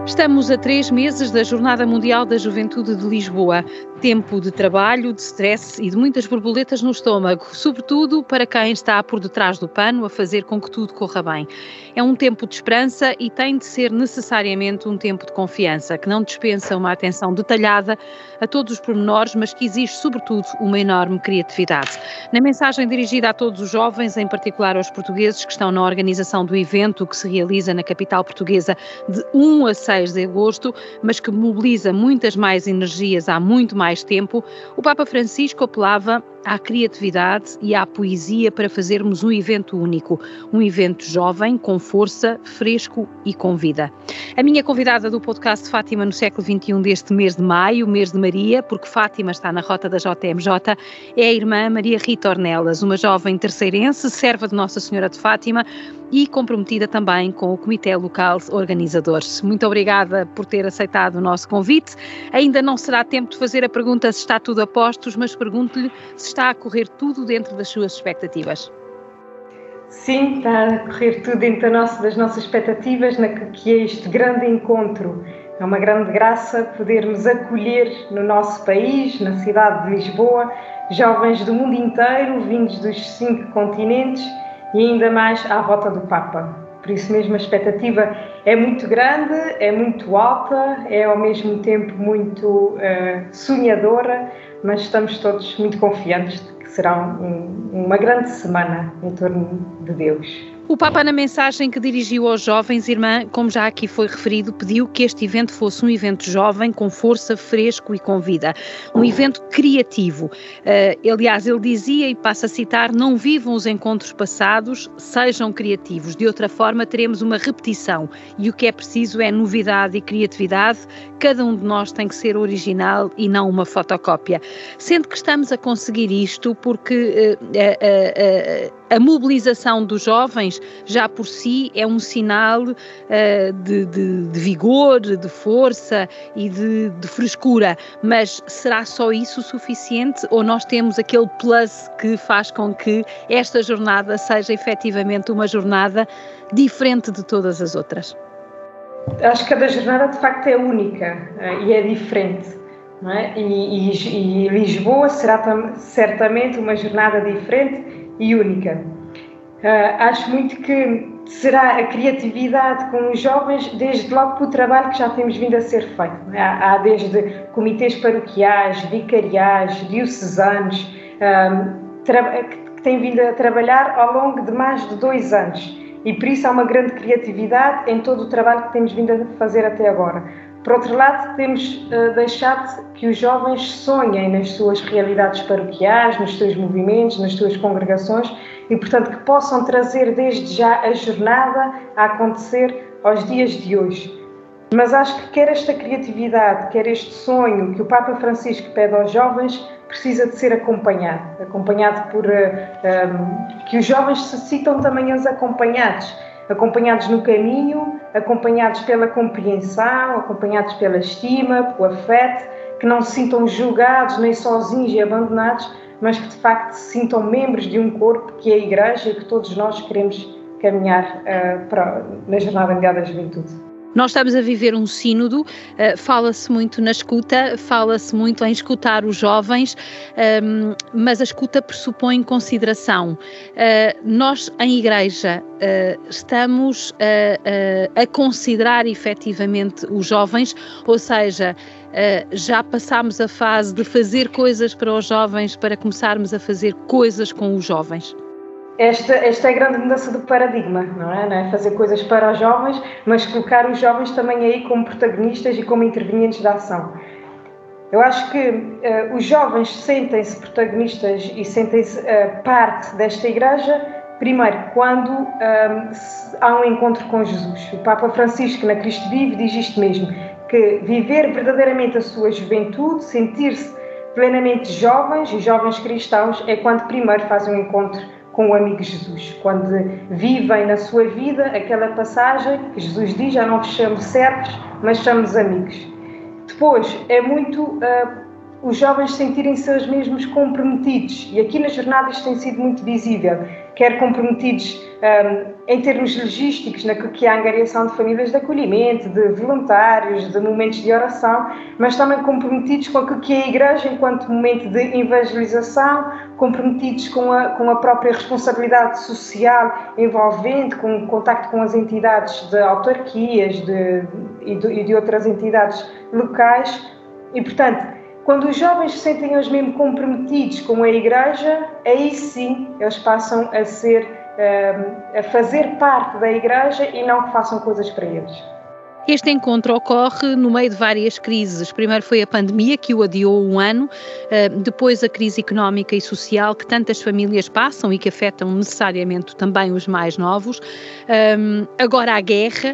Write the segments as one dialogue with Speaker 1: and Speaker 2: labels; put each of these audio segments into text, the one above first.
Speaker 1: Estamos a 3 meses da Jornada Mundial da Juventude de Lisboa. Tempo de trabalho, de stress e de muitas borboletas no estômago, sobretudo para quem está por detrás do pano a fazer com que tudo corra bem. É um tempo de esperança e tem de ser necessariamente um tempo de confiança, que não dispensa uma atenção detalhada a todos os pormenores, mas que exige, sobretudo, uma enorme criatividade. Na mensagem dirigida a todos os jovens, em particular aos portugueses que estão na organização do evento que se realiza na capital portuguesa de 1 a 6 de agosto, mas que mobiliza muitas mais energias há muito mais tempo, o Papa Francisco apelava à criatividade e à poesia para fazermos um evento único, um evento jovem, com força, fresco e com vida. A minha convidada do podcast Fátima no século XXI deste mês de maio, mês de Maria, porque Fátima está na rota da JMJ, é a irmã Maria Rita Ornelas, uma jovem terceirense, serva de Nossa Senhora de Fátima e comprometida também com o Comitê Local Organizador. Muito obrigada por ter aceitado o nosso convite. Ainda não será tempo de fazer a pergunta se está tudo a postos, mas pergunto-lhe se está a correr tudo dentro das suas expectativas.
Speaker 2: Sim, está a correr tudo dentro das nossas expectativas, que é este grande encontro. É uma grande graça podermos acolher no nosso país, na cidade de Lisboa, jovens do mundo inteiro, vindos dos 5 continentes e ainda mais à volta do Papa. Por isso mesmo a expectativa é muito grande, é muito alta, é ao mesmo tempo muito sonhadora, mas estamos todos muito confiantes de que será uma grande semana em torno de Deus.
Speaker 1: O Papa, na mensagem que dirigiu aos jovens, irmã, como já aqui foi referido, pediu que este evento fosse um evento jovem, com força, fresco e com vida. Um evento criativo. Aliás, ele dizia, e passo a citar, não vivam os encontros passados, sejam criativos. De outra forma, teremos uma repetição. E o que é preciso é novidade e criatividade. Cada um de nós tem que ser original e não uma fotocópia. Sendo que estamos a conseguir isto porque a mobilização dos jovens já por si é um sinal de vigor, de força e de frescura, mas será só isso o suficiente ou nós temos aquele plus que faz com que esta jornada seja efetivamente uma jornada diferente de todas as outras?
Speaker 2: Acho que cada jornada de facto é única e é diferente, não é? E Lisboa será certamente uma jornada diferente e única. Acho muito que será a criatividade com os jovens, desde logo para o trabalho que já temos vindo a ser feito. Há desde comitês paroquiais, vicariais, diocesanos, que têm vindo a trabalhar ao longo de mais de 2 anos. E por isso há uma grande criatividade em todo o trabalho que temos vindo a fazer até agora. Por outro lado, temos deixado que os jovens sonhem nas suas realidades paroquiais, nos seus movimentos, nas suas congregações e, portanto, que possam trazer desde já a jornada a acontecer aos dias de hoje. Mas acho que quer esta criatividade, quer este sonho que o Papa Francisco pede aos jovens, precisa de ser acompanhado por que os jovens se sintam também os acompanhados no caminho, acompanhados pela compreensão, acompanhados pela estima, pelo afeto, que não se sintam julgados nem sozinhos e abandonados, mas que de facto se sintam membros de um corpo que é a Igreja e que todos nós queremos caminhar na Jornada Mundial da Juventude.
Speaker 1: Nós estamos a viver um sínodo, fala-se muito na escuta, fala-se muito em escutar os jovens, mas a escuta pressupõe consideração. Nós, em Igreja, estamos a considerar efetivamente os jovens, ou seja, já passámos a fase de fazer coisas para os jovens para começarmos a fazer coisas com os jovens.
Speaker 2: Esta é a grande mudança do paradigma, não é? Fazer coisas para os jovens, mas colocar os jovens também aí como protagonistas e como intervenientes da ação. Eu acho que os jovens sentem-se protagonistas e sentem-se parte desta Igreja, primeiro, quando há um encontro com Jesus. O Papa Francisco, na Cristo Vive, diz isto mesmo, que viver verdadeiramente a sua juventude, sentir-se plenamente jovens e jovens cristãos, é quando primeiro fazem um encontro com o amigo Jesus, quando vivem na sua vida aquela passagem que Jesus diz, já não vos chamo servos, mas chamo-vos amigos. Depois, é muito os jovens sentirem-se eles mesmos comprometidos, e aqui na jornada isto tem sido muito visível, quer comprometidos em termos logísticos, naquilo que é a angariação de famílias de acolhimento, de voluntários, de momentos de oração, mas também comprometidos com aquilo que é a Igreja enquanto momento de evangelização, comprometidos com a própria responsabilidade social envolvente, com o contacto com as entidades de autarquias e de outras entidades locais. E, portanto, quando os jovens se sentem eles mesmo comprometidos com a Igreja, aí sim eles passam a fazer parte da Igreja e não que façam coisas para eles.
Speaker 1: Este encontro ocorre no meio de várias crises. Primeiro foi a pandemia, que o adiou um ano, depois a crise económica e social que tantas famílias passam e que afetam necessariamente também os mais novos, agora a guerra.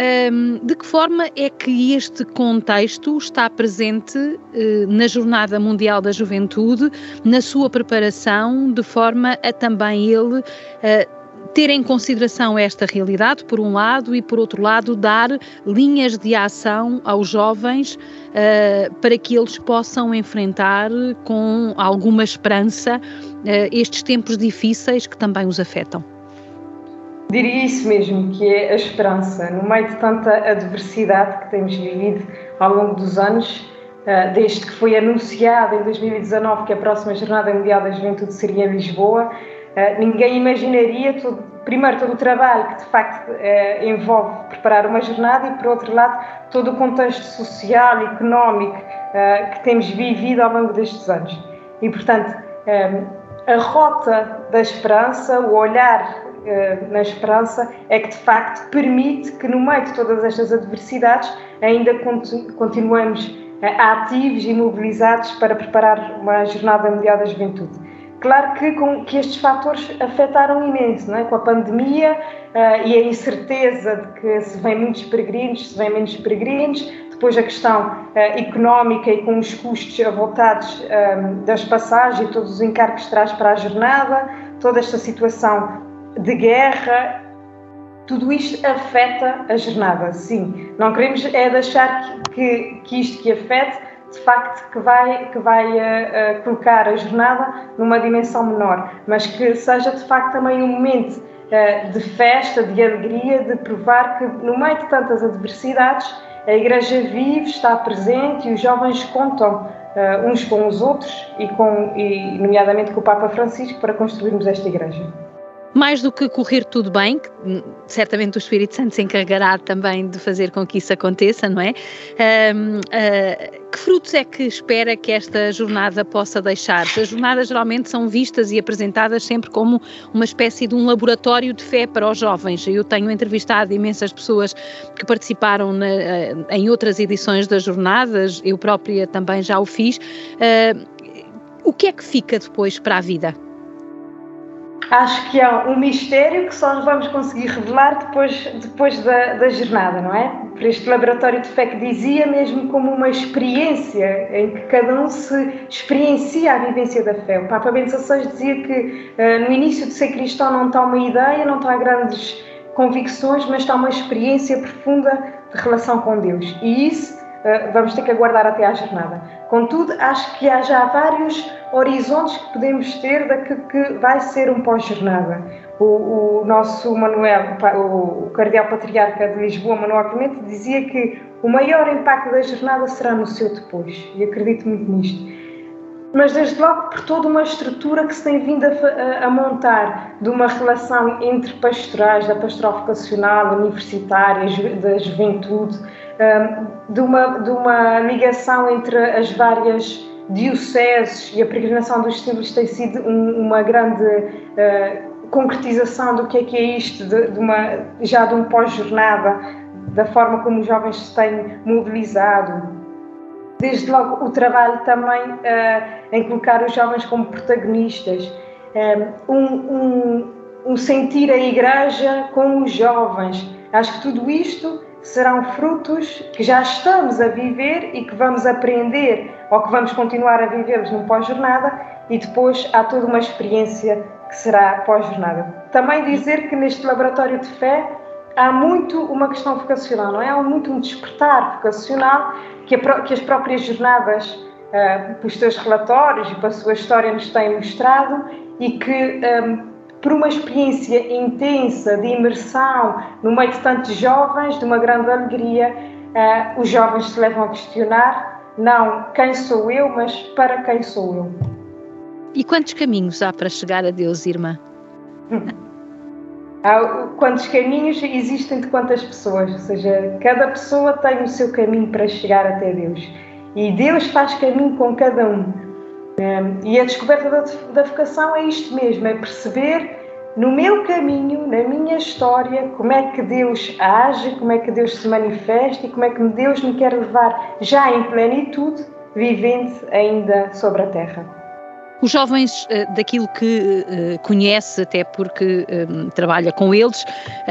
Speaker 1: De que forma é que este contexto está presente na Jornada Mundial da Juventude, na sua preparação, de forma a também ele ter em consideração esta realidade, por um lado, e por outro lado, dar linhas de ação aos jovens para que eles possam enfrentar com alguma esperança estes tempos difíceis que também os afetam?
Speaker 2: Diria isso mesmo, que é a esperança. No meio de tanta adversidade que temos vivido ao longo dos anos, desde que foi anunciado em 2019 que a próxima Jornada Mundial da Juventude seria em Lisboa, ninguém imaginaria, primeiro, todo o trabalho que de facto envolve preparar uma jornada e, por outro lado, todo o contexto social e económico que temos vivido ao longo destes anos. E, portanto, a rota da esperança, o olhar na esperança, é que de facto permite que no meio de todas estas adversidades ainda continuemos ativos e mobilizados para preparar uma Jornada Mundial da Juventude. Claro que estes fatores afetaram imenso, não é? Com a pandemia e a incerteza de que se vêm muitos peregrinos, se vêm menos peregrinos, depois a questão económica e com os custos avultados das passagens e todos os encargos que traz para a jornada, toda esta situação de guerra, tudo isto afeta a jornada, sim. Não queremos deixar que isto que afete, de facto, que vai colocar a jornada numa dimensão menor, mas que seja, de facto, também um momento de festa, de alegria, de provar que, no meio de tantas adversidades, a Igreja vive, está presente e os jovens contam uns com os outros e nomeadamente com o Papa Francisco, para construirmos esta Igreja.
Speaker 1: Mais do que correr tudo bem, que certamente o Espírito Santo se encargará também de fazer com que isso aconteça, não é? Que frutos é que espera que esta jornada possa deixar? As jornadas geralmente são vistas e apresentadas sempre como uma espécie de um laboratório de fé para os jovens. Eu tenho entrevistado imensas pessoas que participaram em outras edições das jornadas, eu própria também já o fiz. O que é que fica depois para a vida?
Speaker 2: Acho que é um mistério que só nos vamos conseguir revelar depois da jornada, não é? Por este laboratório de fé que dizia mesmo como uma experiência em que cada um se experiencia a vivência da fé. O Papa Bento XVI dizia que no início de ser cristão não está uma ideia, não está grandes convicções, mas está uma experiência profunda de relação com Deus. E isso vamos ter que aguardar até à jornada. Contudo, acho que há já vários horizontes que podemos ter daquilo que vai ser um pós-jornada. O nosso Manuel, o Cardeal Patriarca de Lisboa, Manuel Clemente, dizia que o maior impacto da jornada será no seu depois, e acredito muito nisto. Mas desde logo por toda uma estrutura que se tem vindo a montar de uma relação entre pastorais, da pastoral vocacional, universitária, da juventude, de uma ligação entre as várias dioceses, e a peregrinação dos discípulos tem sido uma grande concretização do que é isto, já de um pós-jornada, da forma como os jovens se têm mobilizado. Desde logo o trabalho também em colocar os jovens como protagonistas, um sentir a Igreja com os jovens. Acho que tudo isto serão frutos que já estamos a viver e que vamos aprender ou que vamos continuar a vivê-los num pós-jornada, e depois há toda uma experiência que será pós-jornada. Também dizer que neste laboratório de fé há muito uma questão vocacional, não é? Há muito um despertar vocacional que as próprias jornadas, pelos seus relatórios e pela sua história, nos têm mostrado, e que por uma experiência intensa de imersão no meio de tantos jovens, de uma grande alegria, os jovens se levam a questionar, não quem sou eu, mas para quem sou eu.
Speaker 1: E quantos caminhos há para chegar a Deus, irmã?
Speaker 2: Quantos caminhos existem de quantas pessoas, ou seja, cada pessoa tem o seu caminho para chegar até Deus. E Deus faz caminho com cada um. E a descoberta da vocação é isto mesmo, é perceber no meu caminho, na minha história, como é que Deus age, como é que Deus se manifesta e como é que Deus me quer levar já em plenitude, vivendo ainda sobre a terra.
Speaker 1: Os jovens, daquilo que conhece, até porque trabalha com eles,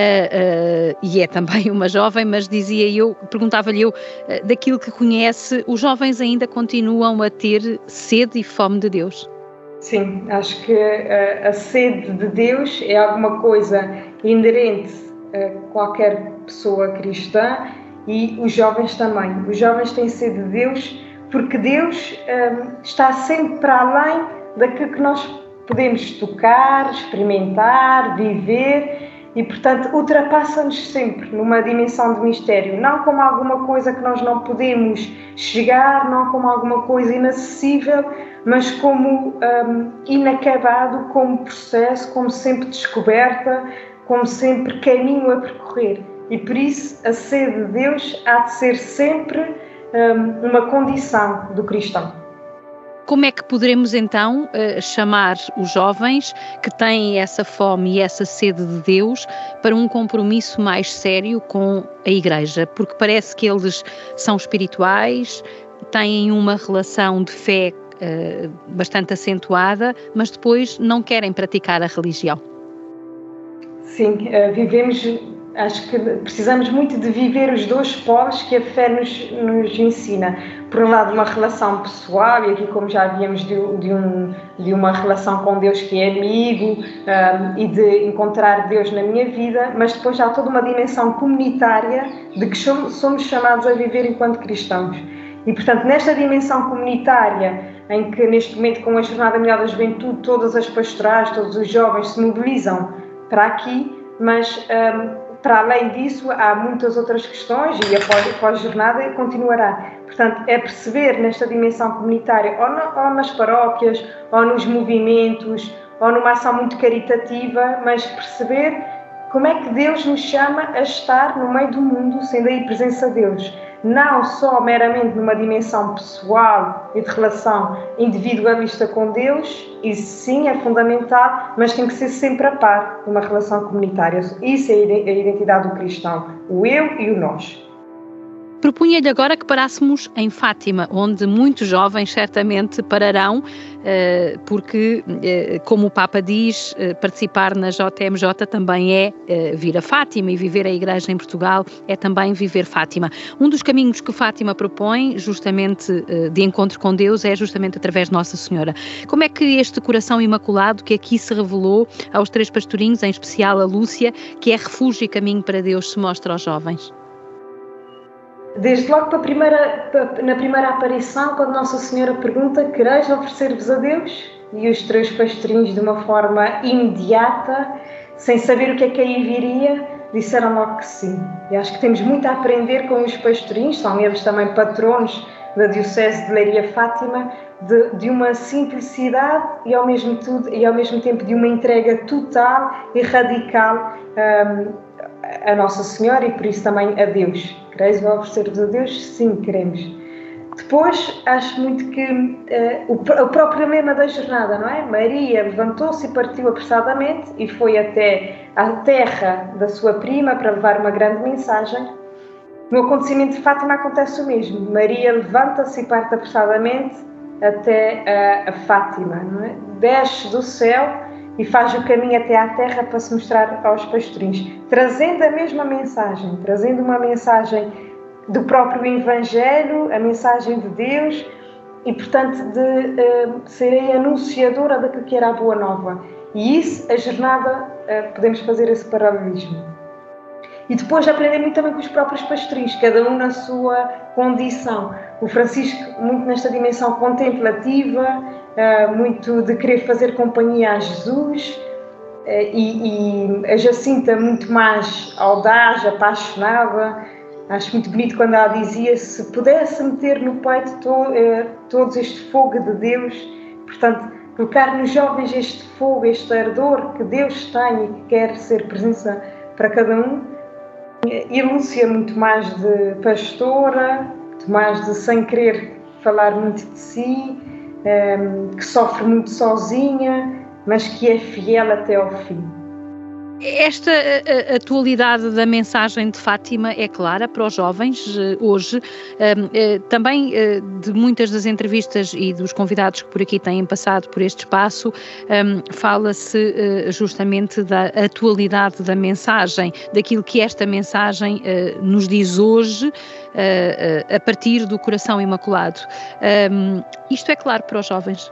Speaker 1: e é também uma jovem, mas perguntava-lhe eu, daquilo que conhece, os jovens ainda continuam a ter sede e fome de Deus?
Speaker 2: Sim, acho que a sede de Deus é alguma coisa inerente a qualquer pessoa cristã e os jovens também. Os jovens têm sede de Deus porque Deus está sempre para além daquilo que nós podemos tocar, experimentar, viver e, portanto, ultrapassa-nos sempre numa dimensão de mistério, não como alguma coisa que nós não podemos chegar, não como alguma coisa inacessível, mas como inacabado, como processo, como sempre descoberta, como sempre caminho a percorrer. E por isso a sede de Deus há de ser sempre uma condição do cristão.
Speaker 1: Como é que poderemos então chamar os jovens que têm essa fome e essa sede de Deus para um compromisso mais sério com a Igreja? Porque parece que eles são espirituais, têm uma relação de fé bastante acentuada, mas depois não querem praticar a religião.
Speaker 2: Sim, acho que precisamos muito de viver os dois polos que a fé nos ensina. Por um lado, uma relação pessoal, e aqui como já víamos de uma relação com Deus que é amigo e de encontrar Deus na minha vida, mas depois há toda uma dimensão comunitária de que somos chamados a viver enquanto cristãos. E, portanto, nesta dimensão comunitária, em que neste momento com a Jornada Mundial da Juventude, todas as pastorais, todos os jovens se mobilizam para aqui, mas para além disso há muitas outras questões e após a jornada continuará. Portanto, é perceber nesta dimensão comunitária, ou nas paróquias, ou nos movimentos, ou numa ação muito caritativa, mas perceber como é que Deus nos chama a estar no meio do mundo, sendo aí presença de Deus. Não só meramente numa dimensão pessoal e de relação individualista com Deus, isso sim é fundamental, mas tem que ser sempre a par numa relação comunitária. Isso é a identidade do cristão, o eu e o nós.
Speaker 1: Propunha-lhe agora que parássemos em Fátima, onde muitos jovens certamente pararão, porque, como o Papa diz, participar na JMJ também é vir a Fátima, e viver a Igreja em Portugal é também viver Fátima. Um dos caminhos que Fátima propõe, justamente de encontro com Deus, é justamente através de Nossa Senhora. Como é que este coração imaculado que aqui se revelou aos 3 pastorinhos, em especial a Lúcia, que é refúgio e caminho para Deus, se mostra aos jovens?
Speaker 2: Desde logo na primeira aparição, quando Nossa Senhora pergunta: quereis oferecer-vos a Deus? E os 3 pastorinhos, de uma forma imediata, sem saber o que é que aí viria, disseram logo que sim. E acho que temos muito a aprender com os pastorinhos, são eles também patronos da Diocese de Leiria-Fátima, de uma simplicidade e ao mesmo tempo de uma entrega total e radical a Nossa Senhora e por isso também a Deus. Quereis oferecer-vos a Deus? Sim, queremos. Depois, acho muito que o próprio lema da jornada, não é? Maria levantou-se e partiu apressadamente e foi até à terra da sua prima para levar uma grande mensagem. No acontecimento de Fátima acontece o mesmo. Maria levanta-se e parte apressadamente até a Fátima, não é? Desce do céu e faz o caminho até à terra para se mostrar aos pastorinhos, trazendo a mesma mensagem, trazendo uma mensagem do próprio Evangelho, a mensagem de Deus e, portanto, de serem anunciadora daquilo que era a Boa Nova. E isso, a jornada, podemos fazer esse paralelismo. E depois aprender muito também com os próprios pastorinhos, cada um na sua condição. O Francisco, muito nesta dimensão contemplativa, muito de querer fazer companhia a Jesus, e a Jacinta muito mais audaz, apaixonada. Acho muito bonito quando ela dizia: se pudesse meter no peito todo este fogo de Deus, portanto, colocar nos jovens este fogo, este ardor que Deus tem e que quer ser presença para cada um. E Lúcia muito mais de pastora, muito mais de sem querer falar muito de si, que sofre muito sozinha, mas que é fiel até ao fim.
Speaker 1: Esta atualidade da mensagem de Fátima é clara para os jovens hoje. Também de muitas das entrevistas e dos convidados que por aqui têm passado por este espaço, fala-se justamente da atualidade da mensagem, daquilo que esta mensagem nos diz hoje, a partir do coração imaculado. Isto é claro para os jovens?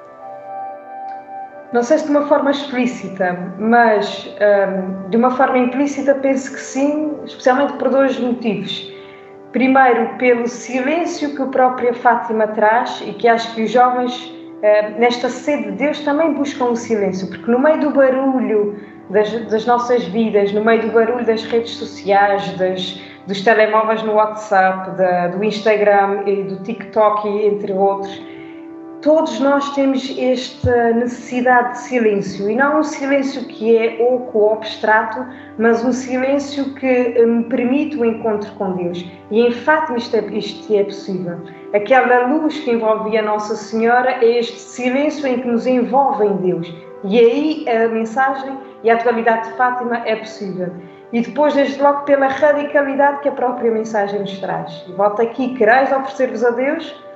Speaker 2: Não sei se de uma forma explícita, mas de uma forma implícita penso que sim, especialmente por dois motivos. Primeiro, pelo silêncio que a própria Fátima traz e que acho que os jovens, nesta sede de Deus, também buscam o silêncio, porque no meio do barulho das nossas vidas, no meio do barulho das redes sociais, dos telemóveis no WhatsApp, do Instagram e do TikTok, entre outros, todos nós temos esta necessidade de silêncio, e não um silêncio que é oco ou abstrato, mas um silêncio que me permite o encontro com Deus. E em Fátima isto é possível. Aquela luz que envolvia Nossa Senhora é este silêncio em que nos envolve em Deus. E aí a mensagem e a atualidade de Fátima é possível. E depois, desde logo, pela radicalidade que a própria mensagem nos traz. Volto aqui: quereis oferecer-vos a Deus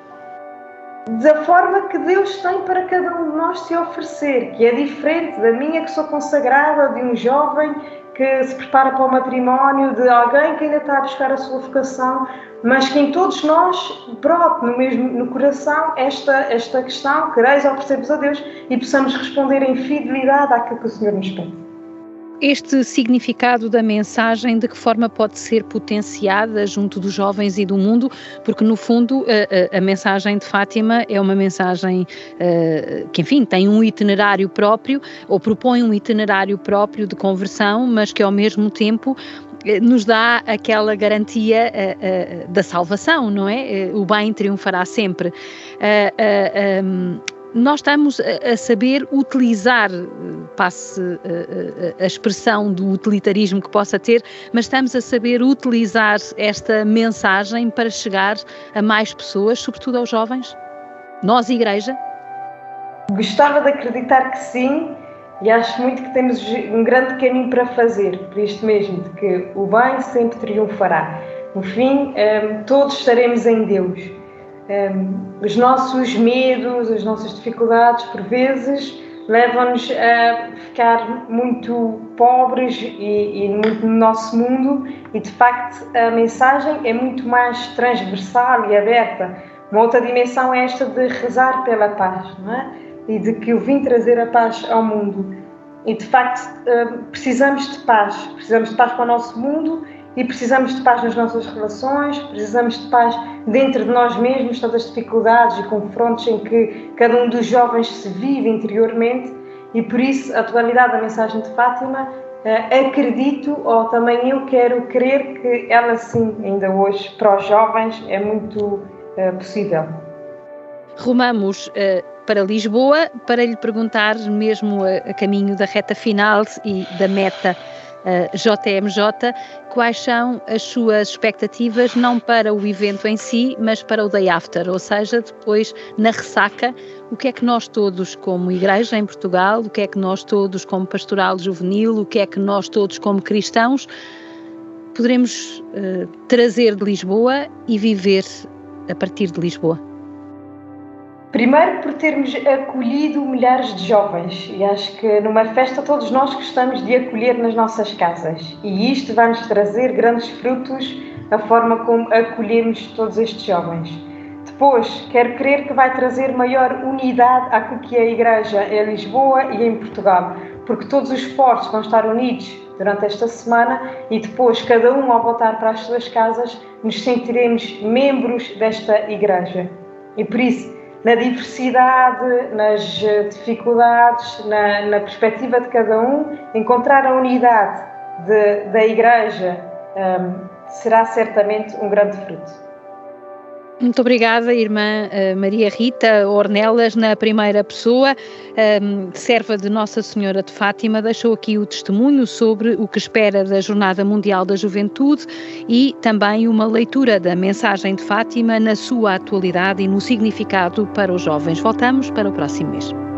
Speaker 2: da forma que Deus tem para cada um de nós se oferecer, que é diferente da minha, que sou consagrada, de um jovem que se prepara para o matrimónio, de alguém que ainda está a buscar a sua vocação, mas que em todos nós brote no coração esta questão: quereis oferecer-vos a Deus, e possamos responder em fidelidade àquilo que o Senhor nos pede.
Speaker 1: Este significado da mensagem, de que forma pode ser potenciada junto dos jovens e do mundo? Porque, no fundo, a mensagem de Fátima é uma mensagem que, enfim, tem um itinerário próprio, ou propõe um itinerário próprio de conversão, mas que, ao mesmo tempo, nos dá aquela garantia da salvação, não é? O bem triunfará sempre. Nós estamos a saber utilizar, passe a expressão do utilitarismo que possa ter, mas estamos a saber utilizar esta mensagem para chegar a mais pessoas, sobretudo aos jovens? Nós, Igreja?
Speaker 2: Gostava de acreditar que sim, e acho muito que temos um grande caminho para fazer, por isto mesmo, de que o bem sempre triunfará. No fim, todos estaremos em Deus. Os nossos medos, as nossas dificuldades, por vezes, levam-nos a ficar muito pobres e muito no nosso mundo, e de facto a mensagem é muito mais transversal e aberta. Uma outra dimensão é esta de rezar pela paz, não é? E de que eu vim trazer a paz ao mundo. E de facto precisamos de paz para o nosso mundo, e precisamos de paz nas nossas relações, precisamos de paz dentro de nós mesmos, todas as dificuldades e confrontos em que cada um dos jovens se vive interiormente, e por isso a atualidade da mensagem de Fátima, acredito, ou também eu quero crer que ela sim, ainda hoje, para os jovens, é muito possível.
Speaker 1: Rumamos para Lisboa para lhe perguntar, mesmo a caminho da reta final e da meta JMJ, quais são as suas expectativas, não para o evento em si, mas para o day after, ou seja, depois na ressaca, o que é que nós todos como Igreja em Portugal, o que é que nós todos como Pastoral Juvenil, o que é que nós todos como cristãos poderemos trazer de Lisboa e viver a partir de Lisboa?
Speaker 2: Primeiro, por termos acolhido milhares de jovens, e acho que numa festa todos nós gostamos de acolher nas nossas casas, e isto vai-nos trazer grandes frutos, a forma como acolhemos todos estes jovens. Depois, quero crer que vai trazer maior unidade àquilo que é a Igreja em Lisboa e em Portugal, porque todos os esforços vão estar unidos durante esta semana, e depois, cada um ao voltar para as suas casas, nos sentiremos membros desta Igreja. E por isso, na diversidade, nas dificuldades, na perspectiva de cada um, encontrar a unidade da Igreja será certamente um grande fruto.
Speaker 1: Muito obrigada, irmã Maria Rita Ornelas, na primeira pessoa, serva de Nossa Senhora de Fátima, deixou aqui o testemunho sobre o que espera da Jornada Mundial da Juventude e também uma leitura da mensagem de Fátima na sua atualidade e no significado para os jovens. Voltamos para o próximo mês.